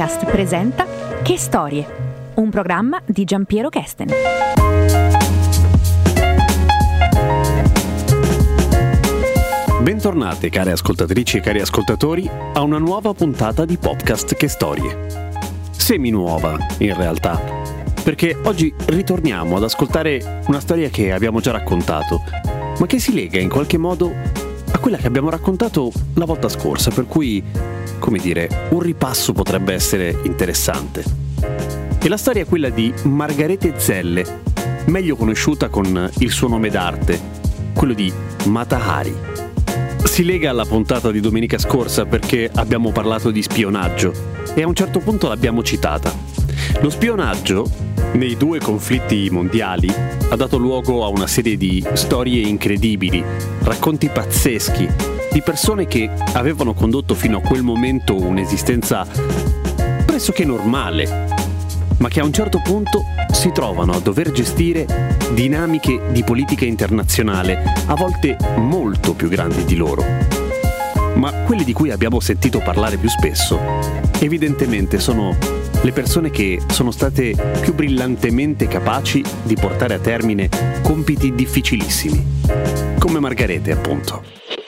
Podcast presenta Che Storie, un programma di Giampiero Kesten. Bentornate care ascoltatrici e cari ascoltatori a una nuova puntata di podcast Che Storie. Semi nuova in realtà, perché oggi ritorniamo ad ascoltare una storia che abbiamo già raccontato, ma che si lega in qualche modo a quella che abbiamo raccontato la volta scorsa, per cui, come dire, un ripasso potrebbe essere interessante. E la storia è quella di Margarete Zelle, meglio conosciuta con il suo nome d'arte, quello di Mata Hari. Si lega alla puntata di domenica scorsa perché abbiamo parlato di spionaggio e a un certo punto l'abbiamo citata. Lo spionaggio, nei due conflitti mondiali, ha dato luogo a una serie di storie incredibili, racconti pazzeschi, di persone che avevano condotto fino a quel momento un'esistenza pressoché normale, ma che a un certo punto si trovano a dover gestire dinamiche di politica internazionale, a volte molto più grandi di loro. Ma quelle di cui abbiamo sentito parlare più spesso, evidentemente sono le persone che sono state più brillantemente capaci di portare a termine compiti difficilissimi, come Margarete, appunto.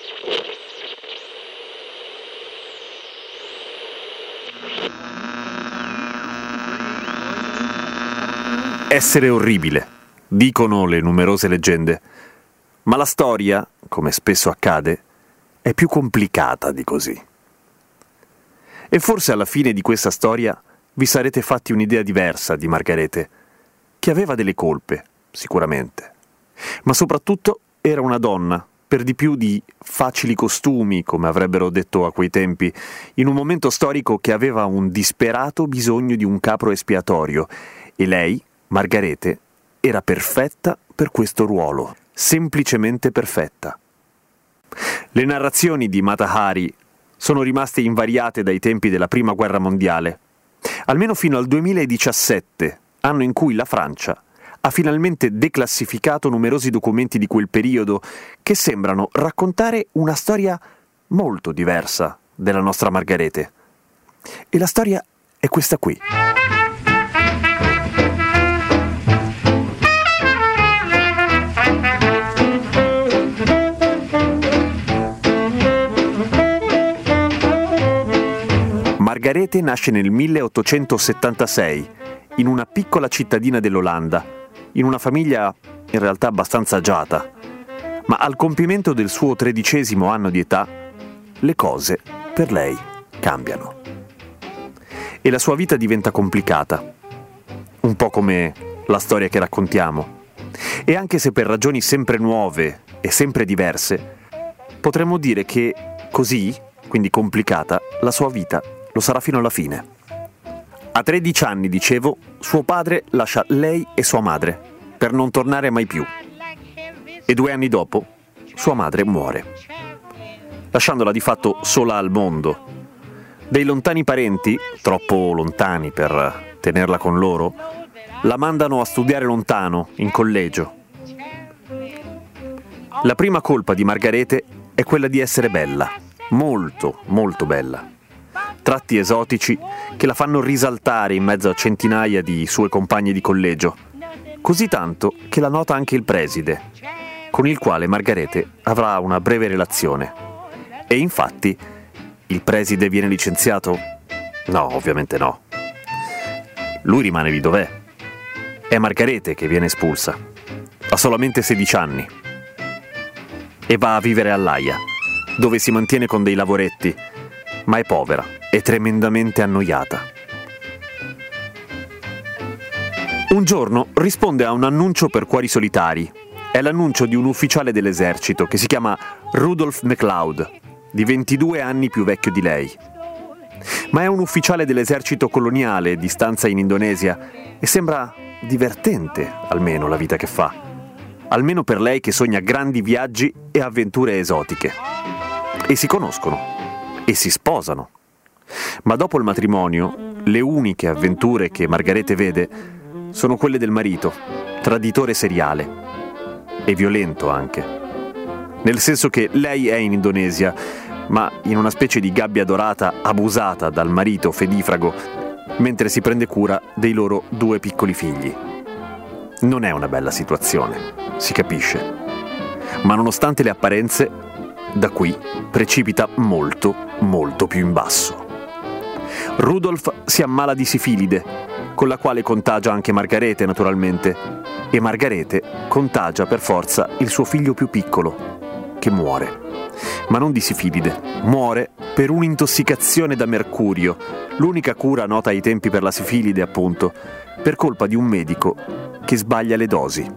Essere orribile, dicono le numerose leggende, ma la storia, come spesso accade, è più complicata di così. E forse alla fine di questa storia vi sarete fatti un'idea diversa di Margarete, che aveva delle colpe, sicuramente, ma soprattutto era una donna, per di più di facili costumi, come avrebbero detto a quei tempi, in un momento storico che aveva un disperato bisogno di un capro espiatorio, e lei, Margarete, era perfetta per questo ruolo, semplicemente perfetta. Le narrazioni di Mata Hari sono rimaste invariate dai tempi della Prima Guerra Mondiale, almeno fino al 2017, anno in cui la Francia ha finalmente declassificato numerosi documenti di quel periodo che sembrano raccontare una storia molto diversa della nostra Margarete. E la storia è questa qui. Margarete nasce nel 1876 in una piccola cittadina dell'Olanda, in una famiglia in realtà abbastanza agiata, ma al compimento del suo 13° anno di età le cose per lei cambiano e la sua vita diventa complicata, un po' come la storia che raccontiamo, e anche se per ragioni sempre nuove e sempre diverse, potremmo dire che così, quindi complicata, la sua vita lo sarà fino alla fine. A 13 anni, dicevo, suo padre lascia lei e sua madre per non tornare mai più. E 2 anni dopo, sua madre muore, lasciandola di fatto sola al mondo. Dei lontani parenti, troppo lontani per tenerla con loro, la mandano a studiare lontano, in collegio. La prima colpa di Margarete è quella di essere bella, molto, molto bella. Tratti esotici che la fanno risaltare in mezzo a centinaia di sue compagne di collegio, così tanto che la nota anche il preside, con il quale Margarete avrà una breve relazione. E infatti, il preside viene licenziato? No, ovviamente no. Lui rimane lì dov'è. È Margarete che viene espulsa. Ha solamente 16 anni. E va a vivere all'Aia, dove si mantiene con dei lavoretti, ma è povera e tremendamente annoiata. Un giorno risponde a un annuncio per cuori solitari. È l'annuncio di un ufficiale dell'esercito che si chiama Rudolf McLeod, di 22 anni più vecchio di lei. Ma è un ufficiale dell'esercito coloniale di stanza in Indonesia e sembra divertente, almeno la vita che fa. Almeno per lei che sogna grandi viaggi e avventure esotiche. E si conoscono. E si sposano. Ma dopo il matrimonio, le uniche avventure che Margarete vede sono quelle del marito, traditore seriale e violento anche. Nel senso che lei è in Indonesia, ma in una specie di gabbia dorata abusata dal marito fedifrago mentre si prende cura dei loro 2 piccoli figli. Non è una bella situazione, si capisce. Ma nonostante le apparenze, da qui precipita molto, molto più in basso. Rudolf si ammala di sifilide, con la quale contagia anche Margarete, naturalmente, e Margarete contagia per forza il suo figlio più piccolo, che muore. Ma non di sifilide, muore per un'intossicazione da mercurio, l'unica cura nota ai tempi per la sifilide, appunto, per colpa di un medico che sbaglia le dosi.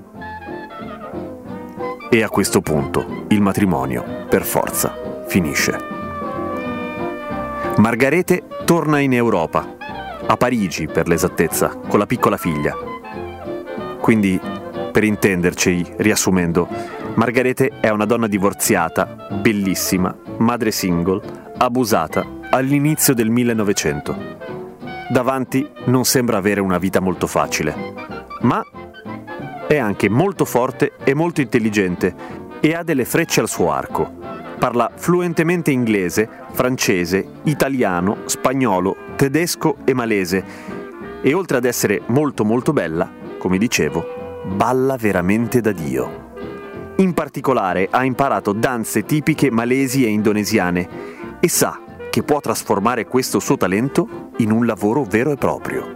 E a questo punto il matrimonio, per forza, finisce. Margarete torna in Europa, a Parigi per l'esattezza, con la piccola figlia. Quindi, per intenderci, riassumendo, Margarete è una donna divorziata, bellissima, madre single, abusata all'inizio del 1900. Davanti non sembra avere una vita molto facile, ma è anche molto forte e molto intelligente e ha delle frecce al suo arco. Parla fluentemente inglese, francese, italiano, spagnolo, tedesco e malese. E oltre ad essere molto molto bella, come dicevo, balla veramente da Dio. In particolare ha imparato danze tipiche malesi e indonesiane e sa che può trasformare questo suo talento in un lavoro vero e proprio.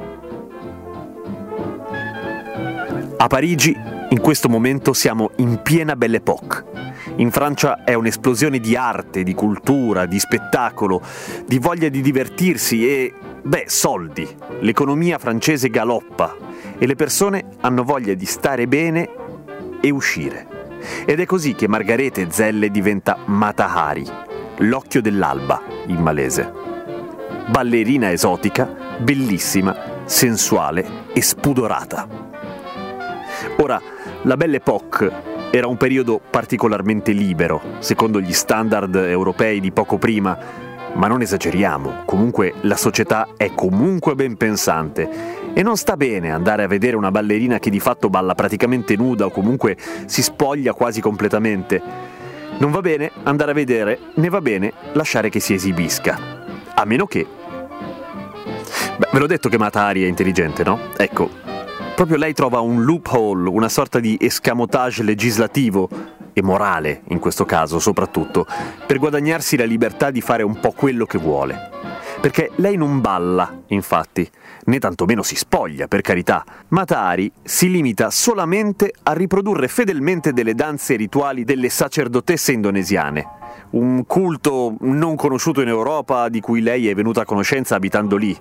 A Parigi, in questo momento, siamo in piena Belle Époque. In Francia è un'esplosione di arte, di cultura, di spettacolo, di voglia di divertirsi e, soldi. L'economia francese galoppa e le persone hanno voglia di stare bene e uscire. Ed è così che Margarete Zelle diventa Mata-Hari, l'occhio dell'alba in malese. Ballerina esotica, bellissima, sensuale e spudorata. Ora, la Belle Époque era un periodo particolarmente libero, secondo gli standard europei di poco prima, ma non esageriamo, comunque la società è comunque ben pensante e non sta bene andare a vedere una ballerina che di fatto balla praticamente nuda o comunque si spoglia quasi completamente. Non va bene andare a vedere, né va bene lasciare che si esibisca, a meno che... ve l'ho detto che Mata-Hari è intelligente, no? Ecco, proprio lei trova un loophole, una sorta di escamotage legislativo e morale, in questo caso soprattutto, per guadagnarsi la libertà di fare un po' quello che vuole. Perché lei non balla, infatti, né tantomeno si spoglia, per carità. Mata-Hari si limita solamente a riprodurre fedelmente delle danze rituali delle sacerdotesse indonesiane, un culto non conosciuto in Europa di cui lei è venuta a conoscenza abitando lì.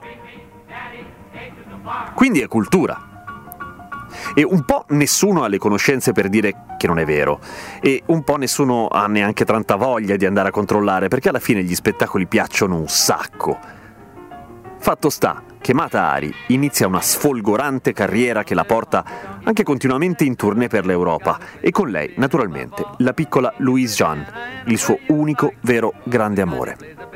Quindi è cultura. E un po' nessuno ha le conoscenze per dire che non è vero, e un po' nessuno ha neanche tanta voglia di andare a controllare, perché alla fine gli spettacoli piacciono un sacco. Fatto sta che Mata-Hari inizia una sfolgorante carriera che la porta anche continuamente in tournée per l'Europa, e con lei, naturalmente, la piccola Louise Jeanne, il suo unico vero grande amore.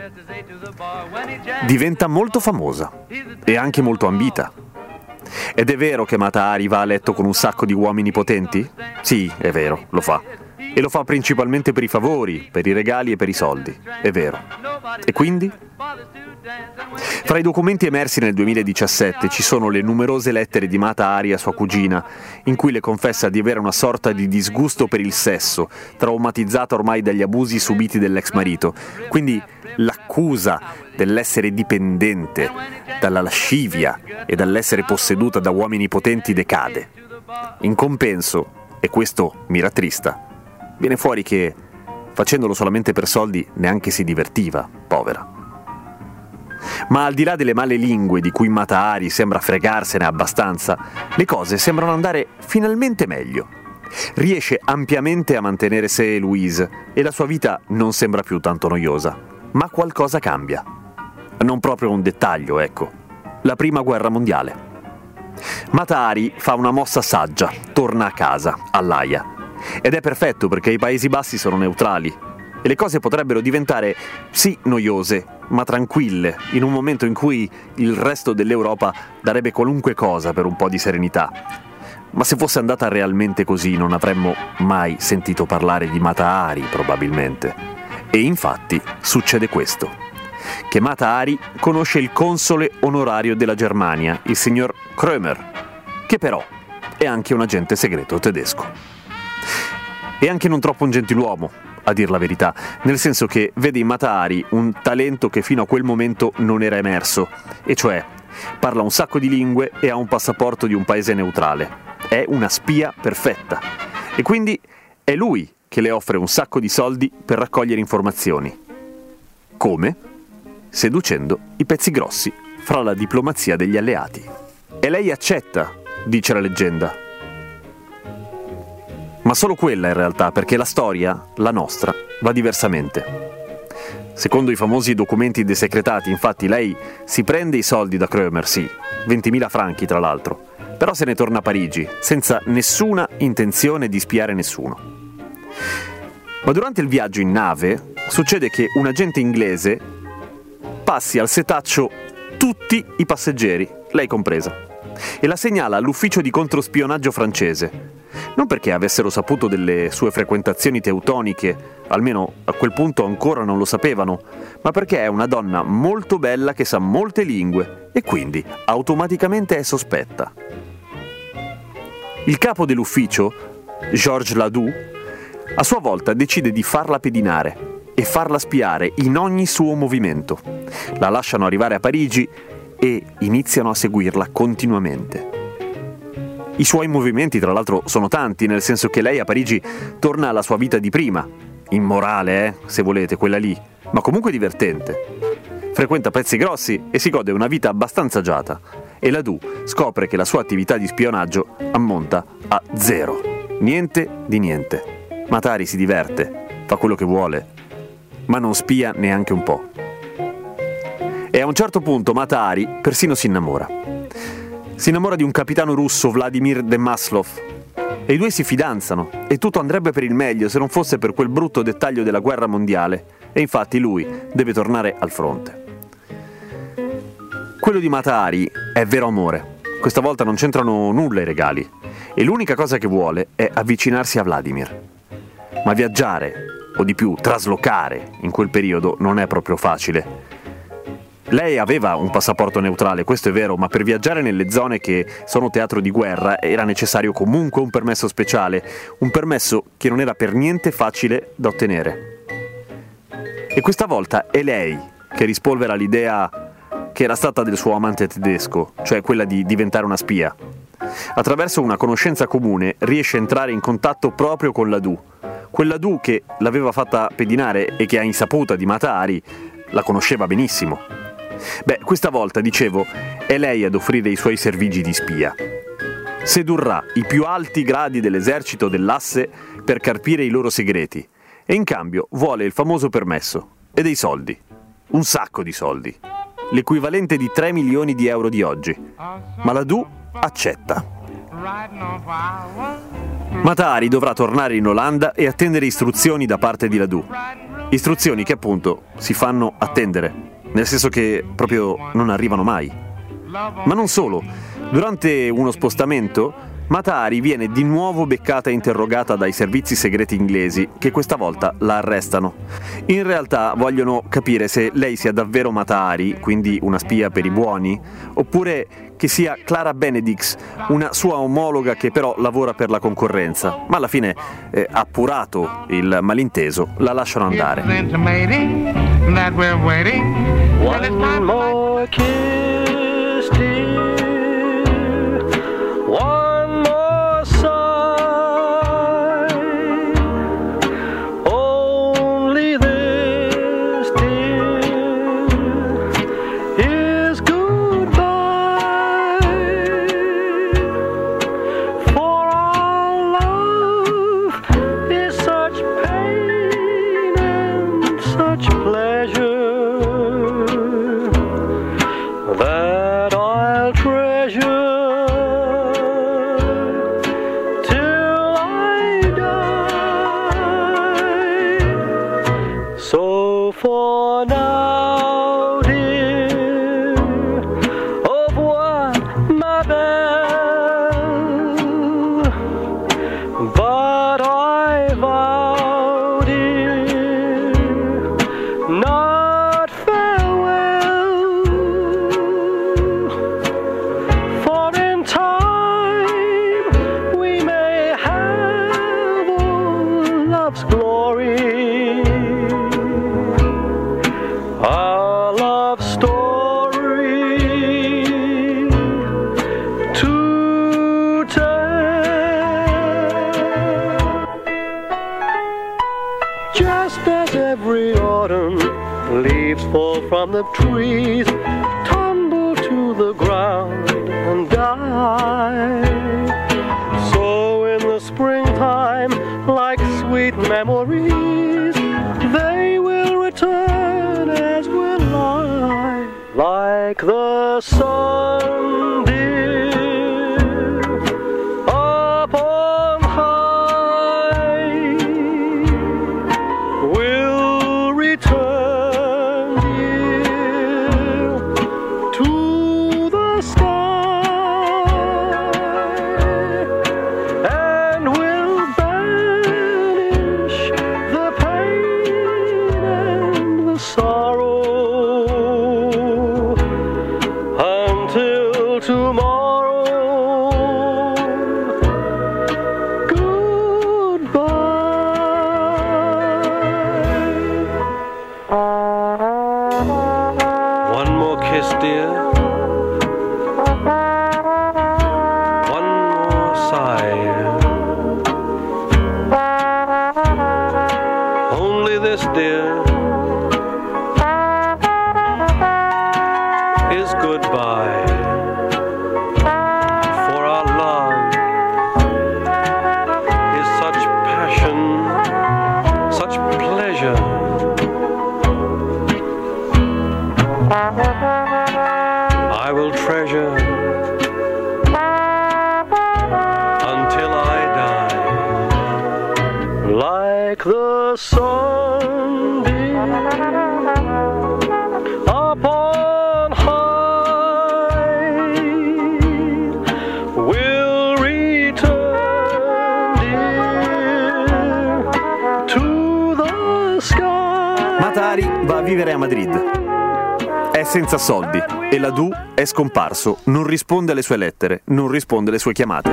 Diventa molto famosa e anche molto ambita. Ed è vero che Mata-Hari va a letto con un sacco di uomini potenti? Sì, è vero, lo fa. E lo fa principalmente per i favori, per i regali e per i soldi. È vero. E quindi? Fra i documenti emersi nel 2017 ci sono le numerose lettere di Mata-Hari a sua cugina, in cui le confessa di avere una sorta di disgusto per il sesso, traumatizzata ormai dagli abusi subiti dall'ex marito. Quindi l'accusa dell'essere dipendente, dalla lascivia e dall'essere posseduta da uomini potenti decade. In compenso, e questo mi rattrista, viene fuori che, facendolo solamente per soldi, neanche si divertiva, povera. Ma al di là delle male lingue di cui Mata-Hari sembra fregarsene abbastanza, le cose sembrano andare finalmente meglio. Riesce ampiamente a mantenere sé e Louise, e la sua vita non sembra più tanto noiosa. Ma qualcosa cambia. Non proprio un dettaglio, ecco. La Prima Guerra Mondiale. Mata-Hari fa una mossa saggia, torna a casa, all'Aia. Ed è perfetto perché i Paesi Bassi sono neutrali e le cose potrebbero diventare, sì, noiose, ma tranquille, in un momento in cui il resto dell'Europa darebbe qualunque cosa per un po' di serenità. Ma se fosse andata realmente così non avremmo mai sentito parlare di Mata-Hari, probabilmente. E infatti succede questo. che Mata Hari conosce il console onorario della Germania, il signor Krömer, che però è anche un agente segreto tedesco. E anche non troppo un gentiluomo, a dir la verità, nel senso che vede in Mata Hari un talento che fino a quel momento non era emerso, e cioè parla un sacco di lingue e ha un passaporto di un paese neutrale. È una spia perfetta. E quindi è lui che le offre un sacco di soldi per raccogliere informazioni. Come? Seducendo i pezzi grossi fra la diplomazia degli alleati. E lei accetta, dice la leggenda. Ma solo quella in realtà, perché la storia, la nostra, va diversamente. Secondo i famosi documenti desecretati, infatti, lei si prende i soldi da Krömer, sì, 20.000 franchi tra l'altro, però se ne torna a Parigi, senza nessuna intenzione di spiare nessuno. Ma durante il viaggio in nave succede che un agente inglese passi al setaccio tutti i passeggeri, lei compresa, e la segnala all'ufficio di controspionaggio francese. Non perché avessero saputo delle sue frequentazioni teutoniche, almeno a quel punto ancora non lo sapevano, ma perché è una donna molto bella che sa molte lingue e quindi automaticamente è sospetta. Il capo dell'ufficio, Georges Ladoux, a sua volta decide di farla pedinare e farla spiare in ogni suo movimento. La lasciano arrivare a Parigi e iniziano a seguirla continuamente. I suoi movimenti, tra l'altro, sono tanti, nel senso che lei a Parigi torna alla sua vita di prima, immorale, se volete, quella lì, ma comunque divertente. Frequenta pezzi grossi e si gode una vita abbastanza agiata. E Ladoux scopre che la sua attività di spionaggio ammonta a zero. Niente di niente. Mata Hari si diverte, fa quello che vuole, ma non spia neanche un po'. E a un certo punto Mata Hari persino si innamora. Si innamora di un capitano russo, Vladimir Demaslov, e i due si fidanzano, e tutto andrebbe per il meglio se non fosse per quel brutto dettaglio della guerra mondiale, e infatti lui deve tornare al fronte. Quello di Mata Hari è vero amore, questa volta non c'entrano nulla i regali, e l'unica cosa che vuole è avvicinarsi a Vladimir. Ma viaggiare, o di più traslocare, in quel periodo non è proprio facile. Lei aveva un passaporto neutrale, questo è vero, ma per viaggiare nelle zone che sono teatro di guerra era necessario comunque un permesso speciale, un permesso che non era per niente facile da ottenere. E questa volta è lei che rispolvera l'idea che era stata del suo amante tedesco, cioè quella di diventare una spia. Attraverso una conoscenza comune riesce a entrare in contatto proprio con Ladoux. Quel Ladoux che l'aveva fatta pedinare e che a insaputa di Mata Hari la conosceva benissimo. Beh, questa volta, dicevo, è lei ad offrire i suoi servigi di spia. Sedurrà i più alti gradi dell'esercito dell'Asse per carpire i loro segreti e in cambio vuole il famoso permesso e dei soldi. Un sacco di soldi. L'equivalente di 3 milioni di euro di oggi. Ma Ladoux accetta. Mata Hari dovrà tornare in Olanda e attendere istruzioni da parte di Ladoux. Istruzioni che appunto si fanno attendere. Nel senso che proprio non arrivano mai. Ma non solo. Durante uno spostamento, Mata Hari viene di nuovo beccata e interrogata dai servizi segreti inglesi, che questa volta la arrestano. In realtà vogliono capire se lei sia davvero Mata Hari, quindi una spia per i buoni, oppure che sia Clara Benedix, una sua omologa che però lavora per la concorrenza. Ma alla fine, appurato il malinteso, la lasciano andare. One more kiss, dear. One more sigh. Only this, dear, is goodbye. For our love is such pain and such pleasure that I'll treasure till I die. So for now, dear, au revoir, ma belle. But I vow, dear, not farewell. every autumn, leaves fall from the trees, tumble to the ground and die. So in the springtime, like sweet memories, they will return as will I, like the sun, dear, upon high, will return, dear, to the sky, and will banish the pain and the sorrow until tomorrow. Goodbye. One more kiss, dear. One more sigh. Only this, dear, is goodbye. For our love is such passion, such pleasure. I will treasure until I die, like the sunbeam upon high, will return, dear, to the sky. Mata-Hari va a vivere a Madrid. È senza soldi e Ledoux è scomparso, non risponde alle sue lettere, non risponde alle sue chiamate.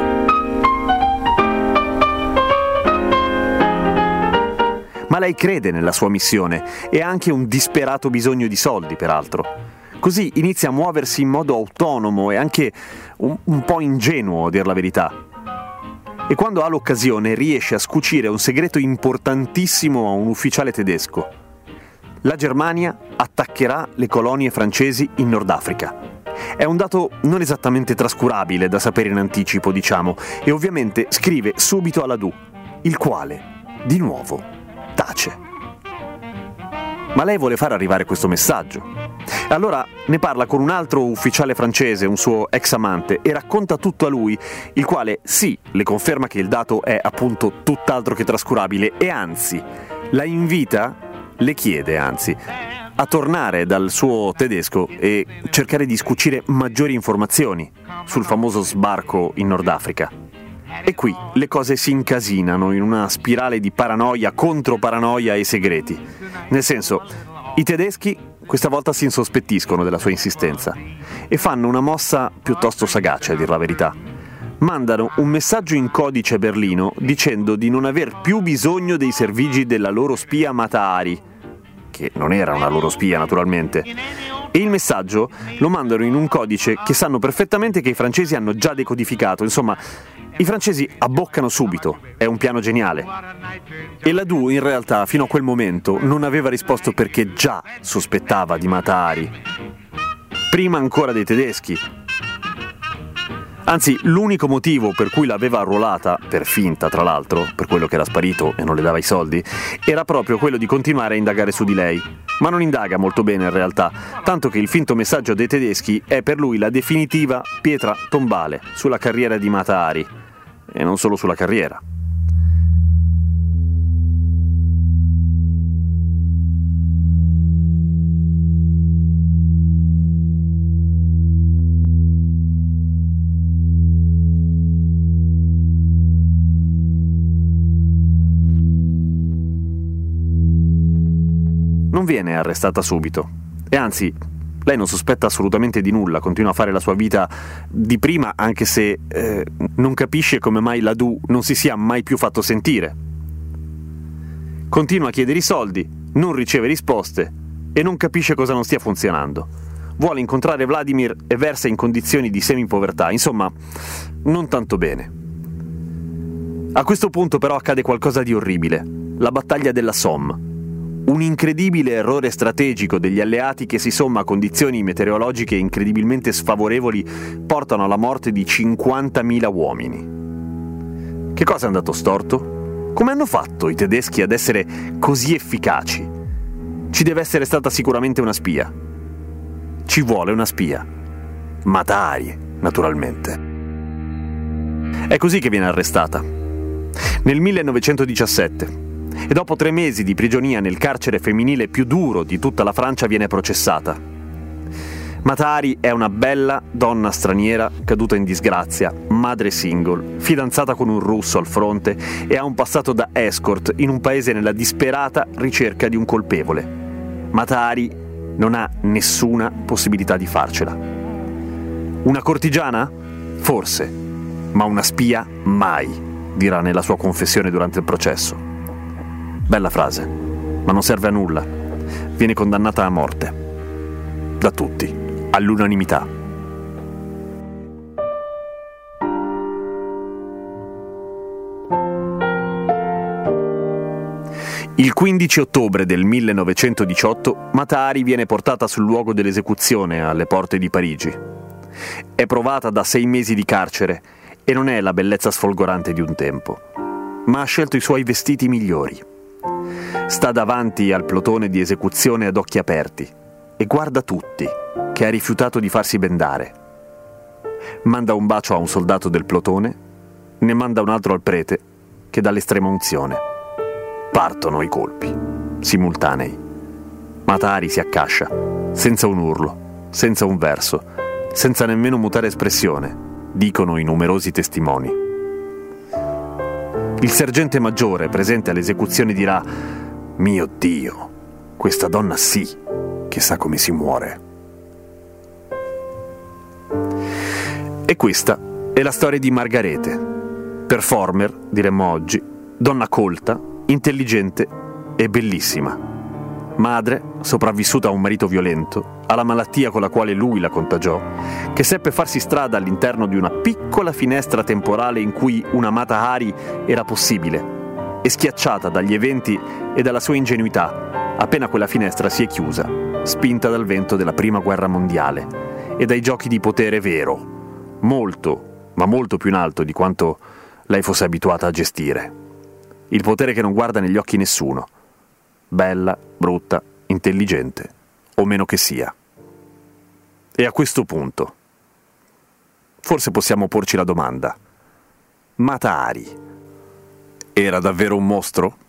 Ma lei crede nella sua missione e ha anche un disperato bisogno di soldi, peraltro. Così inizia a muoversi in modo autonomo e anche un po' ingenuo, a dir la verità. E quando ha l'occasione riesce a scucire un segreto importantissimo a un ufficiale tedesco. La Germania attaccherà le colonie francesi in Nord Africa. È un dato non esattamente trascurabile da sapere in anticipo, diciamo, e ovviamente scrive subito a Ledoux, il quale, di nuovo, tace. Ma lei vuole far arrivare questo messaggio. Allora ne parla con un altro ufficiale francese, un suo ex amante, e racconta tutto a lui, il quale sì, le conferma che il dato è appunto tutt'altro che trascurabile e anzi, la invita, le chiede anzi, a tornare dal suo tedesco e cercare di scucire maggiori informazioni sul famoso sbarco in Nord Africa. E qui le cose si incasinano in una spirale di paranoia contro paranoia e segreti. Nel senso, i tedeschi questa volta si insospettiscono della sua insistenza e fanno una mossa piuttosto sagace, a dir la verità. Mandano un messaggio in codice a Berlino dicendo di non aver più bisogno dei servigi della loro spia Mata-Hari, che non era una loro spia naturalmente, e il messaggio lo mandano in un codice che sanno perfettamente che i francesi hanno già decodificato. Insomma, i francesi abboccano subito, è un piano geniale. E Ledoux in realtà fino a quel momento non aveva risposto perché già sospettava di Mata-Hari, prima ancora dei tedeschi. Anzi, l'unico motivo per cui l'aveva arruolata, per finta tra l'altro, per quello che era sparito e non le dava i soldi, era proprio quello di continuare a indagare su di lei. Ma non indaga molto bene in realtà, tanto che il finto messaggio dei tedeschi è per lui la definitiva pietra tombale sulla carriera di Mata-Hari. E non solo sulla carriera. Non viene arrestata subito, e anzi, lei non sospetta assolutamente di nulla, continua a fare la sua vita di prima, anche se non capisce come mai Ledoux non si sia mai più fatto sentire. Continua a chiedere i soldi, non riceve risposte e non capisce cosa non stia funzionando. Vuole incontrare Vladimir e versa in condizioni di semi-povertà, insomma, non tanto bene. A questo punto però accade qualcosa di orribile, la battaglia della Somme. Un incredibile errore strategico degli alleati che si somma a condizioni meteorologiche incredibilmente sfavorevoli portano alla morte di 50.000 uomini. Che cosa è andato storto? Come hanno fatto i tedeschi ad essere così efficaci? Ci deve essere stata sicuramente una spia. Ci vuole una spia. Mata Hari, naturalmente. È così che viene arrestata. Nel 1917. E dopo 3 mesi di prigionia nel carcere femminile più duro di tutta la Francia viene processata. Mata Hari è una bella donna straniera caduta in disgrazia, madre single, fidanzata con un russo al fronte e ha un passato da escort in un paese nella disperata ricerca di un colpevole. Mata Hari non ha nessuna possibilità di farcela. Una cortigiana? Forse, ma una spia mai, dirà nella sua confessione durante il processo. Bella frase, ma non serve a nulla. Viene condannata a morte. Da tutti, all'unanimità. Il 15 ottobre del 1918 Mata Hari viene portata sul luogo dell'esecuzione alle porte di Parigi. È provata da 6 mesi di carcere e non è la bellezza sfolgorante di un tempo, ma ha scelto i suoi vestiti migliori. Sta davanti al plotone di esecuzione ad occhi aperti e guarda tutti, che ha rifiutato di farsi bendare. Manda un bacio a un soldato del plotone, ne manda un altro al prete, che dà l'estrema unzione. Partono i colpi, simultanei. Mata Hari si accascia, senza un urlo, senza un verso, senza nemmeno mutare espressione, dicono i numerosi testimoni. Il sergente maggiore presente all'esecuzione dirà: «Mio Dio, questa donna sì che sa come si muore». E questa è la storia di Margarete, performer, diremmo oggi, donna colta, intelligente e bellissima. Madre, sopravvissuta a un marito violento, alla malattia con la quale lui la contagiò, che seppe farsi strada all'interno di una piccola finestra temporale in cui una Mata Hari era possibile, e schiacciata dagli eventi e dalla sua ingenuità, appena quella finestra si è chiusa, spinta dal vento della Prima Guerra Mondiale e dai giochi di potere vero, molto, ma molto più in alto di quanto lei fosse abituata a gestire. Il potere che non guarda negli occhi nessuno, bella, brutta, intelligente, o meno che sia. E a questo punto, forse possiamo porci la domanda: Mata Hari era davvero un mostro?